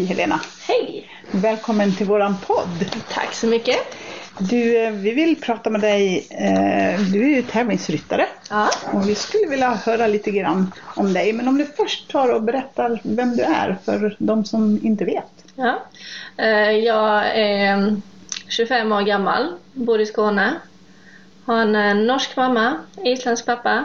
Helena. Hej! Välkommen till våran podd. Tack så mycket. Du, vi vill prata med dig. Du är ju tävlingsryttare. Ja. Och vi skulle vilja höra lite grann om dig. Men om du först tar och berättar vem du är för de som inte vet. Ja. Jag är 25 år gammal, bor i Skåne. Har en norsk mamma, isländsk pappa.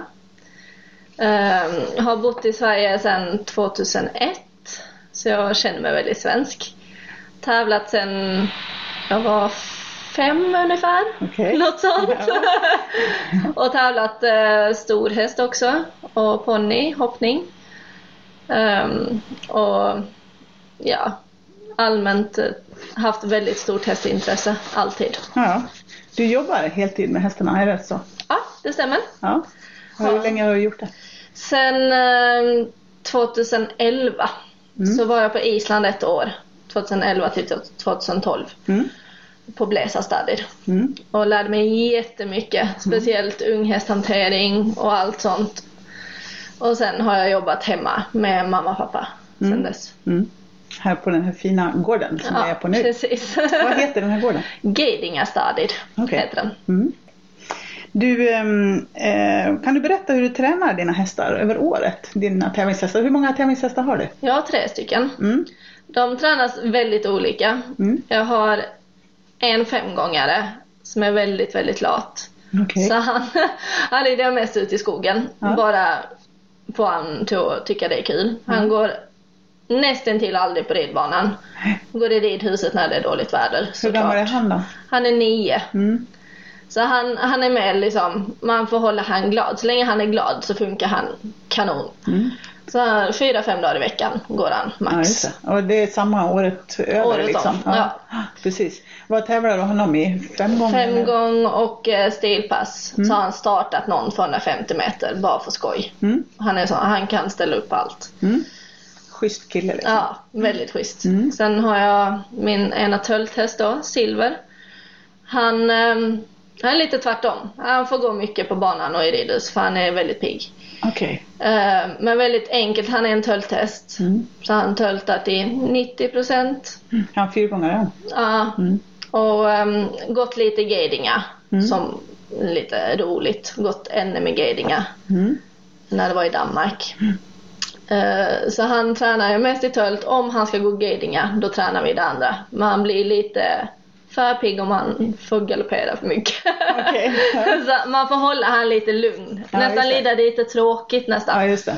Har bott i Sverige sedan 2001. Så jag känner mig väldigt svensk. Tävlat sedan jag var 5 ungefär. Okay. Något sånt. Ja. Och tävlat stor häst också. Och ponny, hoppning. Och ja, allmänt haft väldigt stort hästintresse. Alltid. Ja. Du jobbar heltid med hästarna, är det så? Ja, det stämmer. Ja. Hur länge har du gjort det? Sen 2011 så var jag på Island ett år. 2011 till 2012. På Bläsarstadir. Och lärde mig jättemycket. Speciellt unghästhantering och allt sånt. Och sen har jag jobbat hemma med mamma och pappa sen dess. Här på den här fina gården som vi är på nu. Precis. Vad heter den här gården? Geidingastadir heter den. Du, kan du berätta hur du tränar dina hästar över året? Dina tävlingshästar. Hur många tävlingshästar har du? Jag har 3 stycken. De tränas väldigt olika. Jag har en 5-gångare som är väldigt, väldigt lat. Okay. Så han rider jag mest ut i skogen. Bara på han till att tycka det är kul. Han går nästan till aldrig på ridbanan. Går i ridhuset när det är dåligt väder. Hur gammal är han då? Han är 9. Så han är med liksom, man får hålla han glad. Så länge han är glad så funkar han kanon. Så 4-5 dagar i veckan går han max. Ja, och det är samma året över året liksom. Ja. Precis. Vad tävlar du honom i? 5 gånger? 5 gång och stilpass. Så har han startat någon 250 meter bara för skoj. Han är så, han kan ställa upp allt. Schysst kille liksom. Ja, väldigt schysst. Sen har jag min ena tölthäst då, Silver. Han är lite tvärtom. Han får gå mycket på banan och i ridhus för han är väldigt pigg. Okej. Men väldigt enkelt, han är en tölthäst. Så han töltar till 90%. Han 4-gångare. Ja. Och gått lite geidinga som lite roligt. Gått NM i geidinga när det var i Danmark. Så han tränar ju mest i tölt. Om han ska gå geidinga, då tränar vi det andra. Men han blir lite för pigg om han får galoppera för mycket. Okay. Så man får hålla han lite lugn. Nästan lite lite tråkigt nästan. Ja, just det.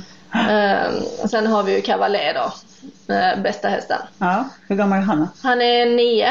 Ja. Sen har vi ju Cavalier då. Bästa hästen. Ja, hur gammal är han då? Han är 9.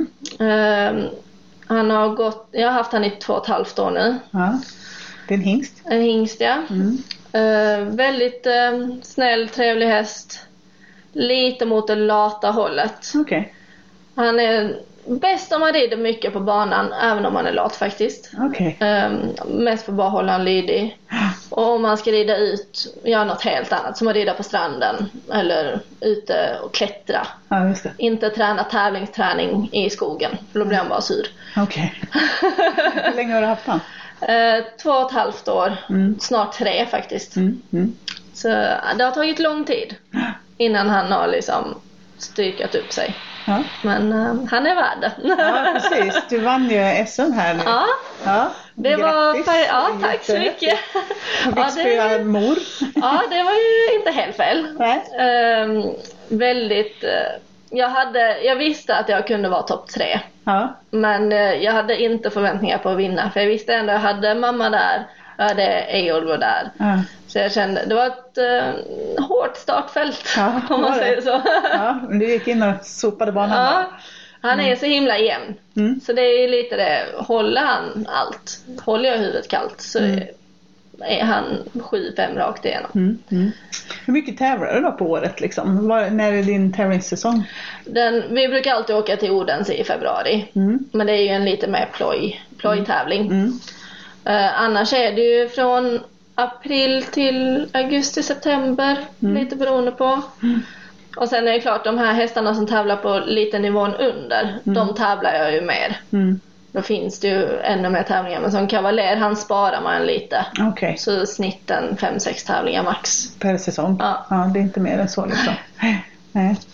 Han har gått, jag har haft han i 2,5 år nu. Ja. Det är en hingst. En hingst, ja. Väldigt snäll, trevlig häst. Lite mot det lata hållet. Okej. Han är bäst om man rider mycket på banan, även om man är lat faktiskt. Okej. Mest för bara hålla han lydig. Och om man ska rida ut, göra något helt annat, som att rida på stranden eller ute och klättra. Ja, just det. Inte träna tävlingsträning i skogen, för då blir han bara sur. Okej. Hur länge har du haft han? 2,5 år. Snart 3 faktiskt. Så det har tagit lång tid innan han har liksom styrkat upp sig. Ja. Men han är värd det. Ja, precis. Du vann ju SM här nu. Ja. Det var tack så mycket. Och spela mor. Ja, det var ju inte helt fel. Nej. Väldigt jag visste att jag kunde vara topp 3. Ja. Men jag hade inte förväntningar på att vinna. För jag visste ändå att jag hade mamma där. Jag hade Ejolvo där. Ja. Så jag kände, det var ett hårt startfält. Ja, om man säger så. Ja, men du gick in och sopade banan. Ja, han är så himla jämn. Så det är lite det, håller han allt. Håller jag huvudet kallt så är han 7-5 rakt igenom. Hur mycket tävlar du då på året liksom? När är din tävlingssäsong? Vi brukar alltid åka till Odense i februari. Men det är ju en lite mer plojtävling. Annars är det ju från april till augusti-september. Lite beroende på. Och sen är det klart, de här hästarna som tävlar på lite nivån under, de tävlar jag ju mer. Då finns det ju ännu mer tävlingar. Men som Cavalier, han sparar man lite. Okay. Så snitten 5-6 tävlingar max. Per säsong? Ja. Ja, det är inte mer än så liksom. Nej.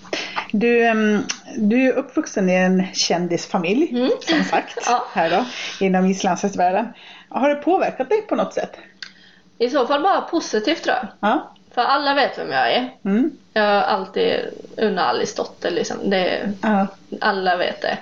Du är uppvuxen i en kändisfamilj, som sagt, här då, inom islandshästvärlden. Har det påverkat dig på något sätt? I så fall bara positivt, tror jag. Ja. För alla vet vem jag är. Jag har alltid Una Alice dotter, liksom. Alla vet det.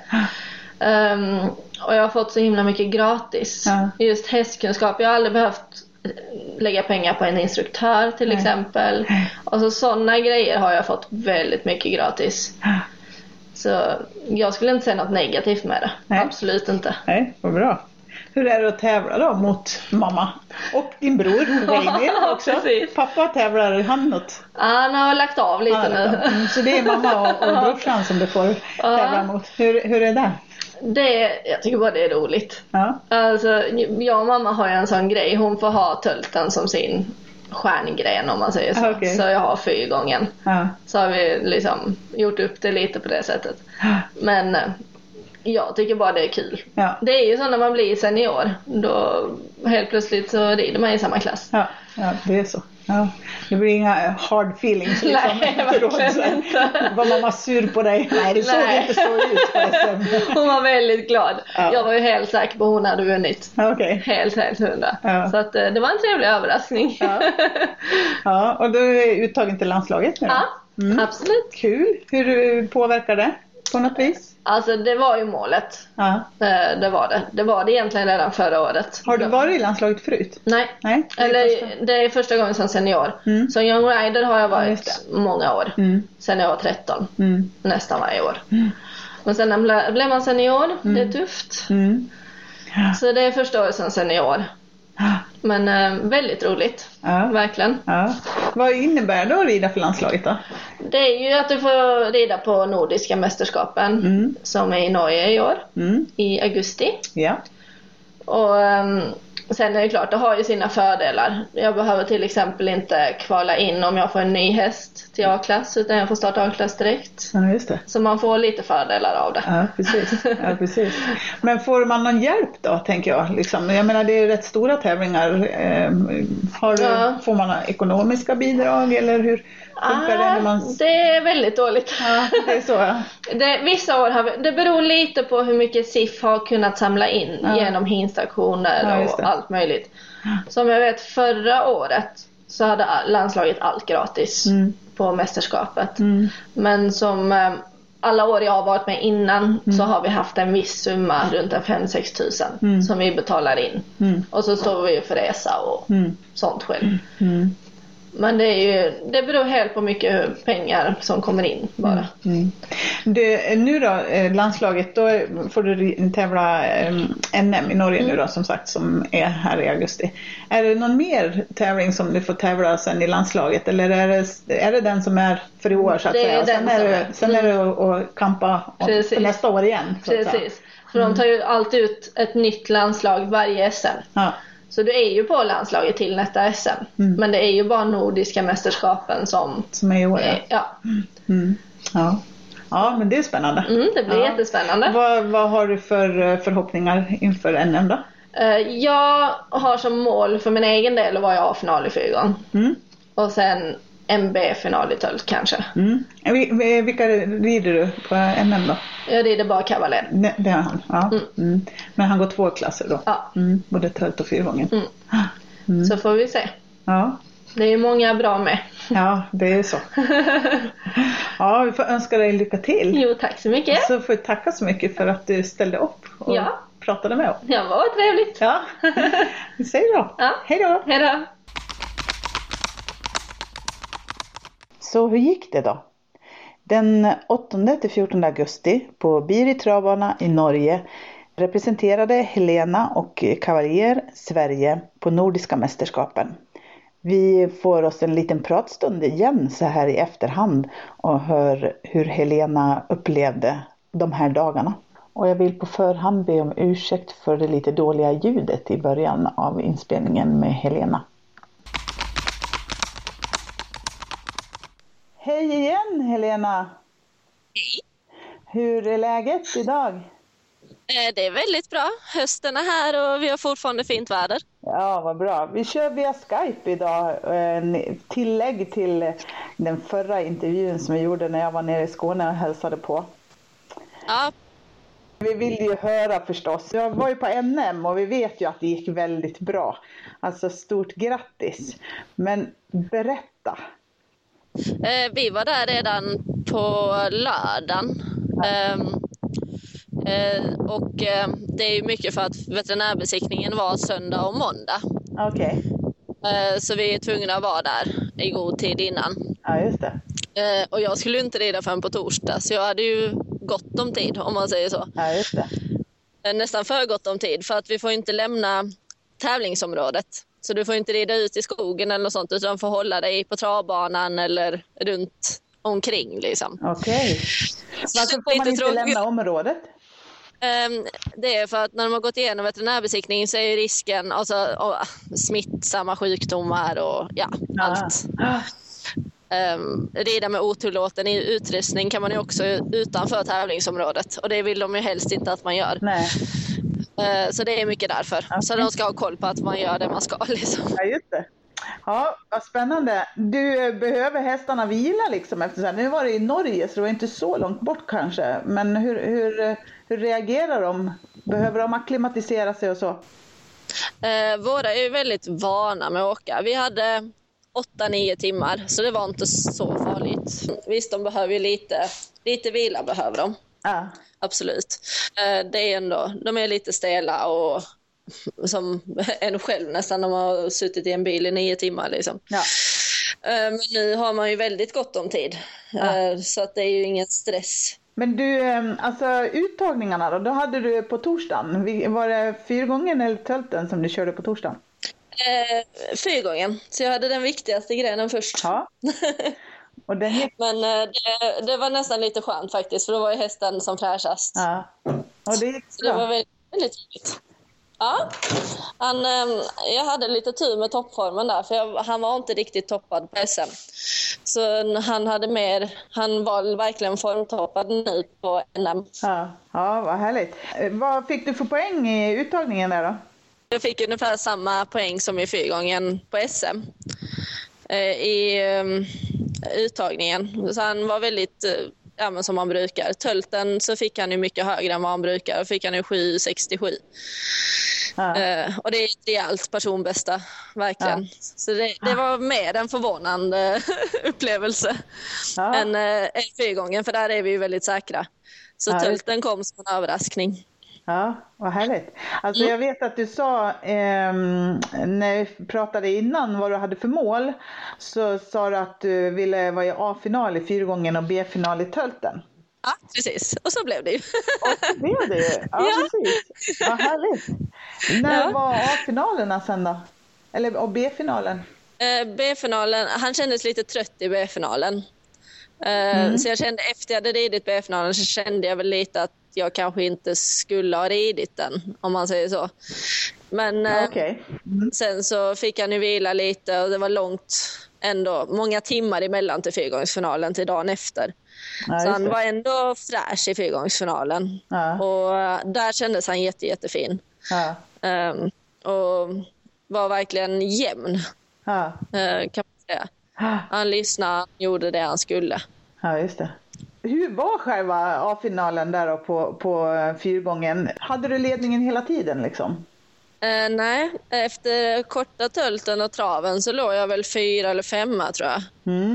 Och jag har fått så himla mycket gratis. Just hästkunskap, jag har aldrig behövt lägga pengar på en instruktör till exempel. Och så sådana grejer har jag fått väldigt mycket gratis. Så jag skulle inte säga något negativt med det. Nej. Absolut inte. Nej, vad bra. Hur är det att tävla då mot mamma? Och din bror, Reimir också. Pappa tävlar han något? Han har lagt av lite nu. Så det är mamma och brorsan som du får tävla mot. Hur är det? Jag tycker bara det är roligt. Alltså, jag och mamma har ju en sån grej. Hon får ha tölten som sin stjärngren, om man säger så. Okay. Så jag har 4 gången. Så har vi liksom gjort upp det lite på det sättet. Men jag tycker bara det är kul. Det är ju så när man blir senior. Då helt plötsligt så rider man i samma klass. Ja, det är så. Ja, det blir inga hard feelings liksom. Nej, verkligen inte. Var mamma sur på dig? Nej, det såg inte så ut på SM. Hon var väldigt glad. Jag var ju helt säker på att hon hade vunnit. Okay. Helt 100. Så att, det var en trevlig överraskning. Ja, och du är uttagen till landslaget nu? Ja, absolut. Kul. Hur påverkar det på något vis? Alltså det var ju målet. Det var det. Det var det egentligen redan förra året. Har du varit i landslaget förut? Nej. Det är första gången som senior. Som young rider har jag varit många år. Sen jag var 13. Nästan varje år. Men sen blev man senior. Det är tufft. Så det är första året som senior. Men väldigt roligt. Verkligen. Vad innebär det att rida för landslaget då? Det är ju att du får rida på nordiska mästerskapen som är i Norge i år. I augusti. Och sen är det klart, det har ju sina fördelar. Jag behöver till exempel inte kvala in om jag får en ny häst till A-klass, utan jag får starta A-klass direkt. Ja, just det. Så man får lite fördelar av det. Ja, precis. Men får man någon hjälp då, tänker jag? Liksom? Jag menar, det är rätt stora tävlingar. Får man ekonomiska bidrag eller hur? Det är väldigt dåligt. Det är så, vissa år det beror lite på hur mycket SIF har kunnat samla in genom hinstaktioner och allt möjligt. Som jag vet, förra året så hade landslaget allt gratis på mästerskapet. Men som alla år jag har varit med innan så har vi haft en viss summa runt 5-6 tusen som vi betalar in. Och så står vi för resa och sånt själv. Men det beror helt på mycket pengar som kommer in bara. Nu då, landslaget, då får du tävla NM i Norge nu då, som sagt, som är här i augusti. Är det någon mer tävling som du får tävla sen i landslaget? Eller är det den som är för i år så att säga? Sen är det att kampa för nästa år igen. Precis, för de tar ju alltid ut ett nytt landslag varje SM. Så du är ju på landslaget till nästa SM. Men det är ju bara nordiska mästerskapen som är i år. Ja, men det är spännande. Det blir jättespännande. Vad har du för förhoppningar inför NM då? Jag har som mål för min egen del att vara i A-final i 4 gånger. Och sen MB-final i tölt kanske. Vilka rider du på NM då? Jag rider bara kavalär. Det har han, Men han går 2 klasser då? Både tölt och 4 gånger. Så får vi se. Det är många bra med. Ja, det är så. Vi får önska dig lycka till. Jo, tack så mycket. Så får jag tacka så mycket för att du ställde upp och pratade med oss. Ja, vad trevligt. Vi säger då. Hej då. Hej då. Så hur gick det då? Den 8-14 augusti på Biri travbana i Norge representerade Helena och Cavalier Sverige på nordiska mästerskapen. Vi får oss en liten pratstund igen så här i efterhand och hör hur Helena upplevde de här dagarna. Och jag vill på förhand be om ursäkt för det lite dåliga ljudet i början av inspelningen med Helena. Hej igen Helena! Hej! Hur är läget idag? Det är väldigt bra. Hösten är här och vi har fortfarande fint väder. Ja, vad bra. Vi kör via Skype idag. Tillägg till den förra intervjun som jag gjorde när jag var nere i Skåne och hälsade på. Ja. Vi vill ju höra förstås. Jag var ju på NM och vi vet ju att det gick väldigt bra. Alltså stort grattis. Men berätta. Vi var där redan på lördagen. Och det är ju mycket för att veterinärbesiktningen var söndag och måndag. Okej. Så vi är tvungna att vara där i god tid innan. Ja, just det. Och jag skulle inte rida förrän på torsdag, så jag hade ju gott om tid, om man säger så. Ja, just det. Nästan för gott om tid, för att vi får inte lämna tävlingsområdet. Så du får inte rida ut i skogen eller något sånt, utan får hålla dig på travbanan eller runt omkring liksom. Okej. Varför får man inte lämna området? Det är för att när de har gått igenom veterinärbesiktningen så är risken smittsamma sjukdomar och allt. Rida med otillåten utrustning kan man ju också utanför tävlingsområdet, och det vill de ju helst inte att man gör. Nej. Så det är mycket därför. Okay. Så de ska ha koll på att man gör det man ska liksom. Ja, just det. Ja, vad spännande. Du behöver hästarna vila liksom efter så här. Nu var det i Norge så det var inte så långt bort kanske. Men hur reagerar de? Behöver de akklimatisera sig och så? Våra är ju väldigt vana med att åka. Vi hade 8-9 timmar, så det var inte så farligt. Visst, de behöver ju lite vila behöver de. Ja. Absolut. Det är ändå, de är lite stela och som en själv nästan, de har suttit i en bil i 9 timmar liksom. Ja. Men nu har man ju väldigt gott om tid. Så att det är ju ingen stress. Men du, alltså uttagningarna då hade du på torsdagen. Var det 4-gången eller tölten som du körde på torsdagen? 4-gången. Så jag hade den viktigaste grenen först. Ja. Och den gick... Men det var nästan lite skönt faktiskt, för då var ju hästen som fräschast. Ja. Och det gick så det var väldigt roligt. Ja, jag hade lite tur med toppformen där, för han var inte riktigt toppad på SM. Så han var verkligen formtoppad nu på NM. Ja, vad härligt. Vad fick du för poäng i uttagningen där då? Jag fick ungefär samma poäng som i 4-gången på SM i uttagningen. Så han var väldigt, men som han brukar. Tölten så fick han ju mycket högre än vad han brukar. Fick han ju 7,67. Ja. Och det är ett rejält personbästa, verkligen. Ja. Så det var mer en förvånande upplevelse än 4-gången, för där är vi ju väldigt säkra. Så tölten kom som en överraskning. Ja, vad härligt. Alltså jag vet att du sa när vi pratade innan vad du hade för mål, så sa du att du ville vara i A-final i 4-gången och B-final i tölten. Ja, precis. Och så blev det ju. Och så blev det ju. Ja, precis. Vad härligt. När var A-finalerna sen då? Och B-finalen? B-finalen, han kändes lite trött i B-finalen. Så jag kände, efter jag hade ridit B-finalen så kände jag väl lite att jag kanske inte skulle ha ridit den, om man säger så. Men sen så fick han ju vila lite, och det var långt ändå, många timmar emellan till 4-gångsfinalen till dagen efter. Ja, så han var ändå fräsch i 4-gångsfinalen. Ja. Och där kändes han jättefin. Ja. Och var verkligen jämn. Ja. Kan man säga. Han lyssnade, han gjorde det han skulle. Ja, just det. Hur var själva A-finalen där då på 4-gången? Hade du ledningen hela tiden liksom? Nej, efter korta tölten och traven så låg jag väl 4 eller 5 tror jag.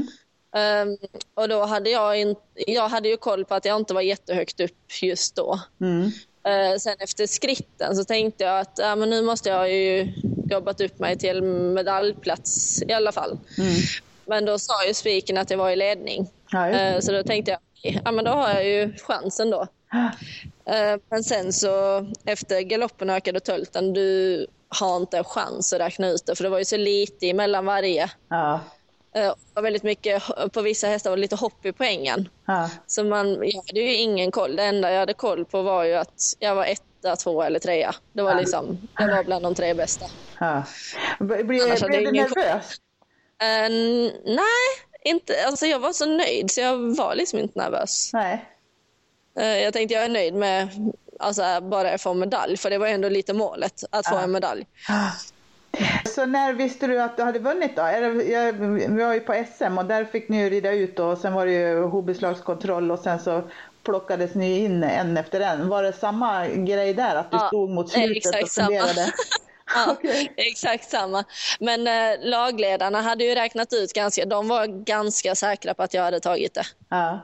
Och då hade jag hade ju koll på att jag inte var jättehögt upp just då. Sen efter skritten så tänkte jag att men nu måste jag ju jobbat upp mig till medaljplats i alla fall. Men då sa ju spiken att jag var i ledning. Så då tänkte jag, men då har jag ju chansen då. Men sen så efter galoppen ökade tölten, du har inte en chans att räkna ut det, för det var ju så lite emellan varje. Och väldigt mycket, på vissa hästar var lite hopp i poängen. Så jag hade ju ingen koll. Det enda jag hade koll på var ju att jag var 1, 2 eller 3. Det var liksom, jag var bland de 3 bästa. Blev du nervös? Nej, inte. Alltså jag var så nöjd så jag var liksom inte nervös. Nej. Jag tänkte jag är nöjd med alltså bara få en medalj, för det var ändå lite målet att få en medalj. Så när visste du att du hade vunnit då? Vi var ju på SM och där fick ni rida ut och sen var det ju hobbeslagskontroll och sen så plockades ni in en efter en. Var det samma grej där, att du stod mot slutet och funderade? Ja, okay. Exakt samma. Men lagledarna hade ju räknat ut de var ganska säkra på att jag hade tagit det.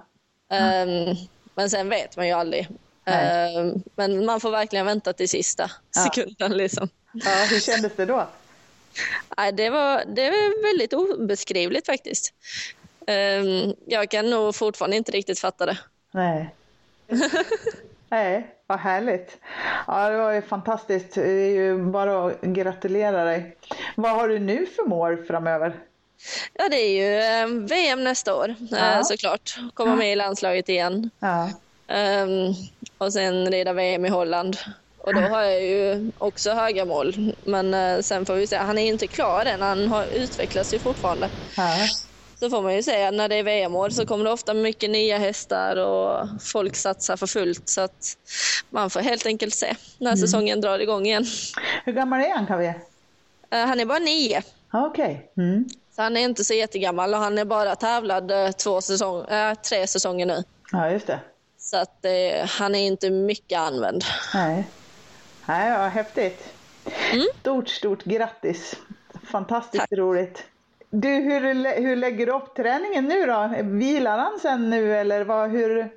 Men sen vet man ju aldrig. Men man får verkligen vänta till sista sekunden liksom. Ja, hur kändes det då? Det var väldigt obeskrivligt faktiskt. Jag kan nog fortfarande inte riktigt fatta det. Nej. Nej, vad härligt. Ja, det var ju fantastiskt. Det är ju bara att gratulera dig. Vad har du nu för mål framöver? Ja, det är ju VM nästa år såklart. Komma med i landslaget igen. Och sen rida VM i Holland. Och då har jag ju också höga mål. Men sen får vi se, han är ju inte klar än. Han har utvecklats ju fortfarande. Så får man ju säga att när det är VM-år så kommer det ofta mycket nya hästar och folk satsar för fullt. Så att man får helt enkelt se när säsongen drar igång igen. Hur gammal är han, Kaveh? Han är bara 9. Okej. Så han är inte så jättegammal och han är bara tävlad 3 säsonger nu. Ja, just det. Så att han är inte mycket använd. Nej, ja, häftigt. Stort grattis. Fantastiskt Tack. Roligt. Du, hur lägger du upp träningen nu då? Vilar han sen nu eller hur?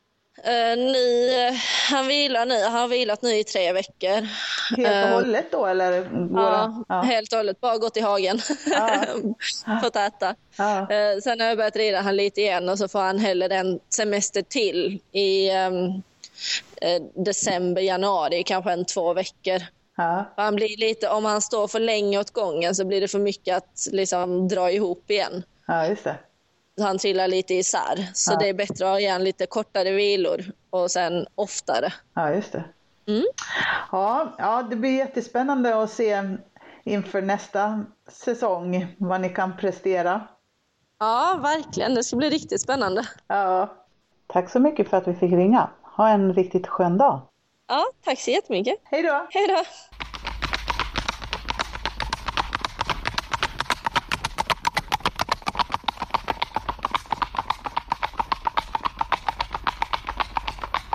Han vilar nu. Han har vilat nu i 3 veckor. Helt och hållet då eller? Helt och hållet. Bara gått i hagen. Fått äta. Sen har jag börjat rida han lite igen och så får han hellre en semester till i december, januari, kanske 2 veckor. Han blir lite, om han står för länge åt gången så blir det för mycket att liksom dra ihop igen. Ja, just det. Han trillar lite isär. Så det är bättre att göra lite kortare vilor och sen oftare. Ja, just det. Ja, det blir jättespännande att se inför nästa säsong vad ni kan prestera. Ja, verkligen. Det ska bli riktigt spännande. Ja. Tack så mycket för att vi fick ringa. Ha en riktigt skön dag. Ja, tack så jättemycket. Hej då. Hej då.